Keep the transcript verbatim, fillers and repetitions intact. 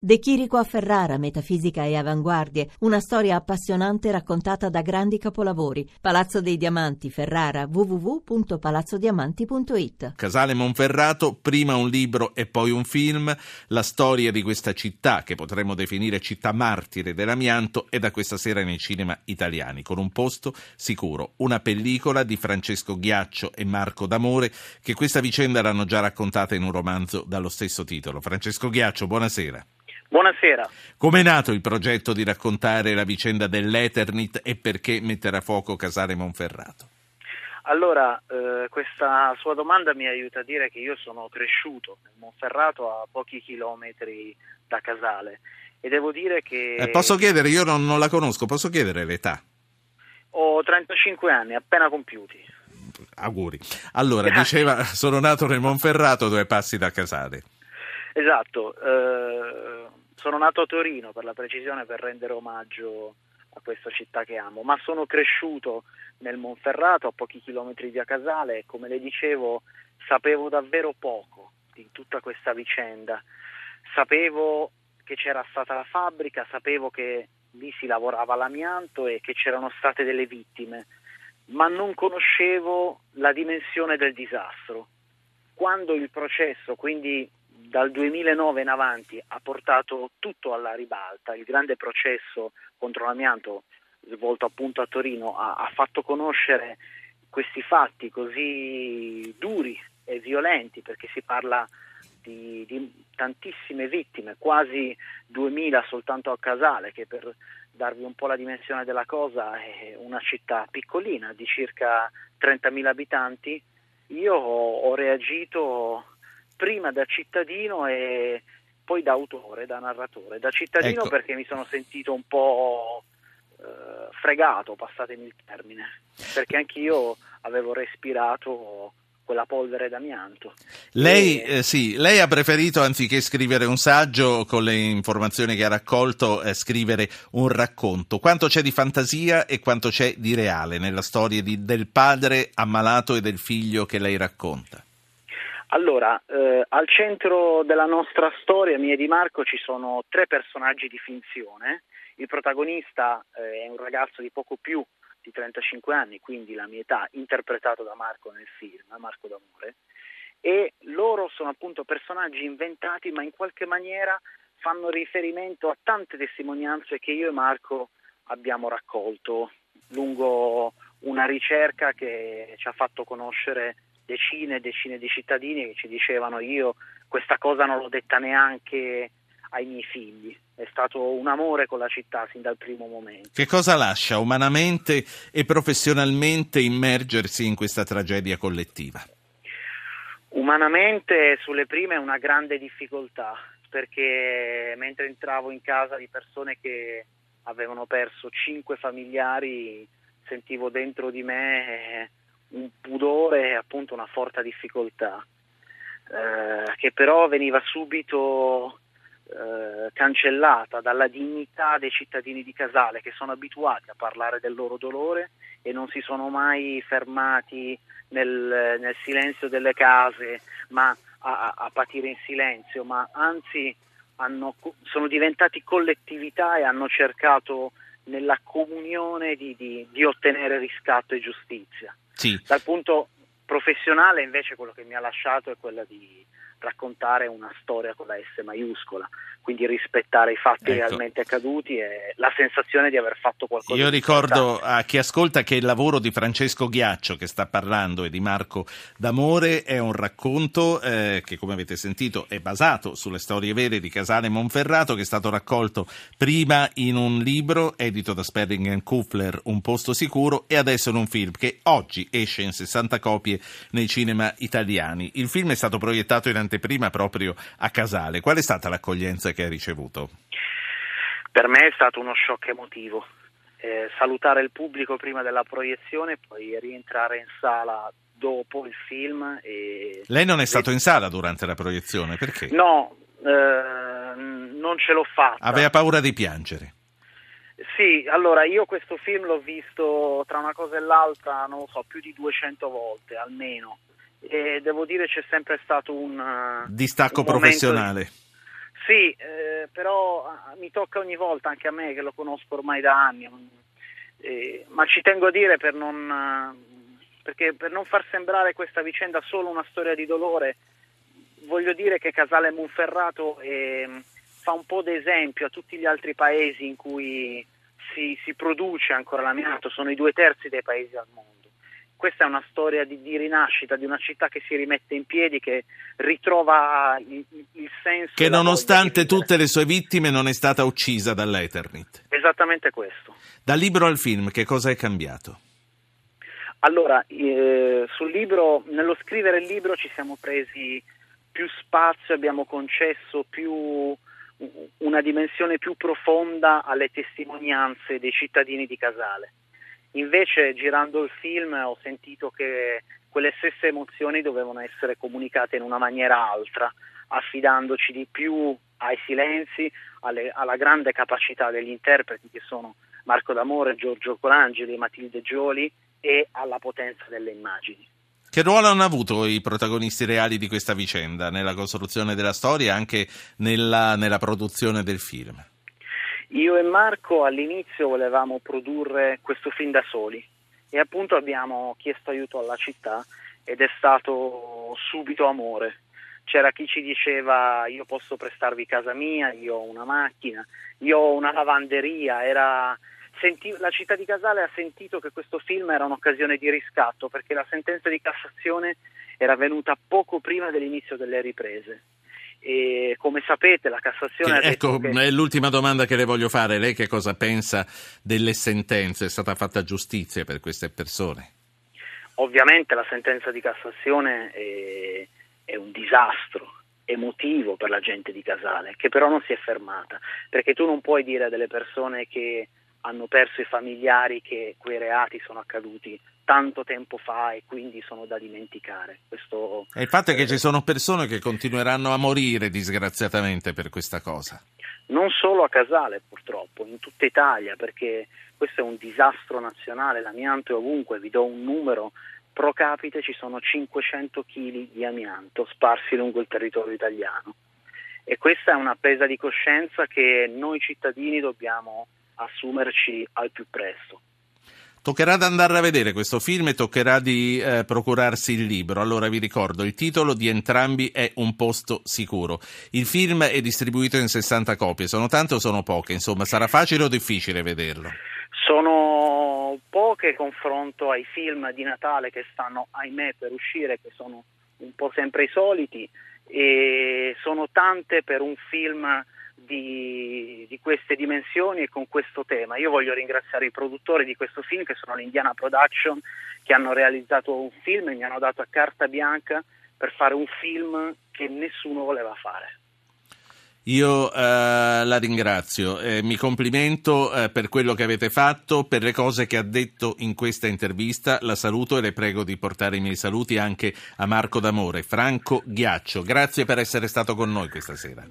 De Chirico a Ferrara, metafisica e avanguardie, una storia appassionante raccontata da grandi capolavori. Palazzo dei Diamanti, Ferrara, w w w punto palazzo diamanti punto it. Casale Monferrato, prima un libro e poi un film, la storia di questa città che potremmo definire città martire dell'amianto è da questa sera nei cinema italiani, con un posto sicuro, una pellicola di Francesco Ghiaccio e Marco D'Amore che questa vicenda l'hanno già raccontata in un romanzo dallo stesso titolo. Francesco Ghiaccio, buonasera. Buonasera. Com'è nato il progetto di raccontare la vicenda dell'Eternit e perché mettere a fuoco Casale Monferrato? Allora, eh, questa sua domanda mi aiuta a dire che io sono cresciuto nel Monferrato a pochi chilometri da Casale e devo dire che... Eh, posso chiedere, io non, non la conosco, posso chiedere l'età? Ho trentacinque anni, appena compiuti. Auguri. Allora, Grazie. diceva, sono nato nel Monferrato, due passi da Casale. Esatto, eh, sono nato a Torino per la precisione, per rendere omaggio a questa città che amo, ma sono cresciuto nel Monferrato a pochi chilometri da Casale e come le dicevo sapevo davvero poco di tutta questa vicenda. Sapevo che c'era stata la fabbrica, sapevo che lì si lavorava l'amianto e che c'erano state delle vittime, ma non conoscevo la dimensione del disastro. Quando il processo, quindi dal duemilanove in avanti, ha portato tutto alla ribalta, il grande processo contro l'amianto svolto appunto a Torino ha, ha fatto conoscere questi fatti così duri e violenti, perché si parla di, di tantissime vittime, quasi duemila soltanto a Casale, che per darvi un po' la dimensione della cosa è una città piccolina di circa trentamila abitanti. Io ho, ho reagito prima da cittadino e poi da autore, da narratore. Da cittadino, ecco, perché mi sono sentito un po' eh, fregato, passatemi il termine, perché anch'io avevo respirato quella polvere d'amianto. Lei, e... eh, sì, lei ha preferito, anziché scrivere un saggio con le informazioni che ha raccolto, eh, scrivere un racconto. Quanto c'è di fantasia e quanto c'è di reale nella storia di, del padre ammalato e del figlio che lei racconta? Allora, eh, al centro della nostra storia, mia e di Marco, ci sono tre personaggi di finzione. Il protagonista eh, è un ragazzo di poco più di trentacinque anni, quindi la mia età, interpretato da Marco nel film, Marco D'Amore, e loro sono appunto personaggi inventati, ma in qualche maniera fanno riferimento a tante testimonianze che io e Marco abbiamo raccolto lungo una ricerca che ci ha fatto conoscere decine e decine di cittadini che ci dicevano: io questa cosa non l'ho detta neanche ai miei figli. È stato un amore con la città sin dal primo momento. Che cosa lascia umanamente e professionalmente immergersi in questa tragedia collettiva? Umanamente sulle prime una grande difficoltà, perché mentre entravo in casa di persone che avevano perso cinque familiari sentivo dentro di me un pudore e appunto una forte difficoltà, eh, che però veniva subito eh, cancellata dalla dignità dei cittadini di Casale, che sono abituati a parlare del loro dolore e non si sono mai fermati nel, nel silenzio delle case, ma a, a patire in silenzio, ma anzi hanno, sono diventati collettività e hanno cercato nella comunione di, di, di ottenere riscatto e giustizia. Sì. Dal punto professionale invece quello che mi ha lasciato è quella di raccontare una storia con la S maiuscola, quindi rispettare i fatti ecco. realmente accaduti e la sensazione di aver fatto qualcosa. Io di ricordo importante. a chi ascolta che il lavoro di Francesco Ghiaccio che sta parlando e di Marco D'Amore è un racconto eh, che, come avete sentito, è basato sulle storie vere di Casale Monferrato, che è stato raccolto prima in un libro edito da Sperling and Kuffler, Un posto sicuro, e adesso in un film che oggi esce in sessanta copie nei cinema italiani. Il film è stato proiettato in anteprima proprio a Casale. Qual è stata l'accoglienza che ha ricevuto? Per me è stato uno shock emotivo. Eh, salutare il pubblico prima della proiezione e poi rientrare in sala dopo il film. E... Lei non è stato in sala durante la proiezione, perché? No, eh, non ce l'ho fatta. Aveva paura di piangere? Sì, allora io questo film l'ho visto tra una cosa e l'altra, non lo so, più di duecento volte almeno, e devo dire c'è sempre stato un distacco un professionale. Di... Sì, eh, però ah, mi tocca ogni volta, anche a me che lo conosco ormai da anni, eh, ma ci tengo a dire per non, perché per non far sembrare questa vicenda solo una storia di dolore, voglio dire che Casale Monferrato eh, fa un po' d'esempio a tutti gli altri paesi in cui si, si produce ancora l'amianto, sono i due terzi dei paesi al mondo. Questa è una storia di, di rinascita di una città che si rimette in piedi, che ritrova il, il senso. Che nonostante tutte le sue vittime non è stata uccisa dall'Eternit. Esattamente questo. Dal libro al film, che cosa è cambiato? Allora, eh, sul libro, nello scrivere il libro ci siamo presi più spazio, abbiamo concesso più una dimensione più profonda alle testimonianze dei cittadini di Casale. Invece, girando il film, ho sentito che quelle stesse emozioni dovevano essere comunicate in una maniera altra, affidandoci di più ai silenzi, alle, alla grande capacità degli interpreti che sono Marco D'Amore, Giorgio Colangeli, Matilde Gioli, e alla potenza delle immagini. Che ruolo hanno avuto i protagonisti reali di questa vicenda nella costruzione della storia e anche nella, nella produzione del film? Io e Marco all'inizio volevamo produrre questo film da soli e appunto abbiamo chiesto aiuto alla città ed è stato subito amore. C'era chi ci diceva: io posso prestarvi casa mia, io ho una macchina, io ho una lavanderia. Era... Senti... La città di Casale ha sentito che questo film era un'occasione di riscatto, perché la sentenza di Cassazione era venuta poco prima dell'inizio delle riprese. E come sapete la Cassazione che, ha ecco, detto che... è l'ultima domanda che le voglio fare. Lei che cosa pensa delle sentenze? È stata fatta giustizia per queste persone? Ovviamente la sentenza di Cassazione è, è un disastro emotivo per la gente di Casale, che però non si è fermata, perché tu non puoi dire a delle persone che hanno perso i familiari che quei reati sono accaduti tanto tempo fa e quindi sono da dimenticare. Questo, e il fatto è che eh, ci sono persone che continueranno a morire disgraziatamente per questa cosa. Non solo a Casale purtroppo, in tutta Italia, perché questo è un disastro nazionale, l'amianto è ovunque. Vi do un numero: pro capite ci sono cinquecento chili di amianto sparsi lungo il territorio italiano, e questa è una presa di coscienza che noi cittadini dobbiamo assumerci al più presto. Toccherà di andare a vedere questo film e toccherà di eh, procurarsi il libro. Allora vi ricordo, il titolo di entrambi è Un posto sicuro. Il film è distribuito in sessanta copie. Sono tante o sono poche? Insomma, sarà facile o difficile vederlo? Sono poche confronto ai film di Natale che stanno, ahimè, per uscire, che sono un po' sempre i soliti, e sono tante per un film Di, di queste dimensioni e con questo tema. Io voglio ringraziare i produttori di questo film, che sono l'Indiana Production, che hanno realizzato un film e mi hanno dato a carta bianca per fare un film che nessuno voleva fare. Io eh, la ringrazio, eh, mi complimento eh, per quello che avete fatto, per le cose che ha detto in questa intervista. La saluto e le prego di portare i miei saluti anche a Marco D'Amore. Franco Ghiaccio, grazie per essere stato con noi questa sera.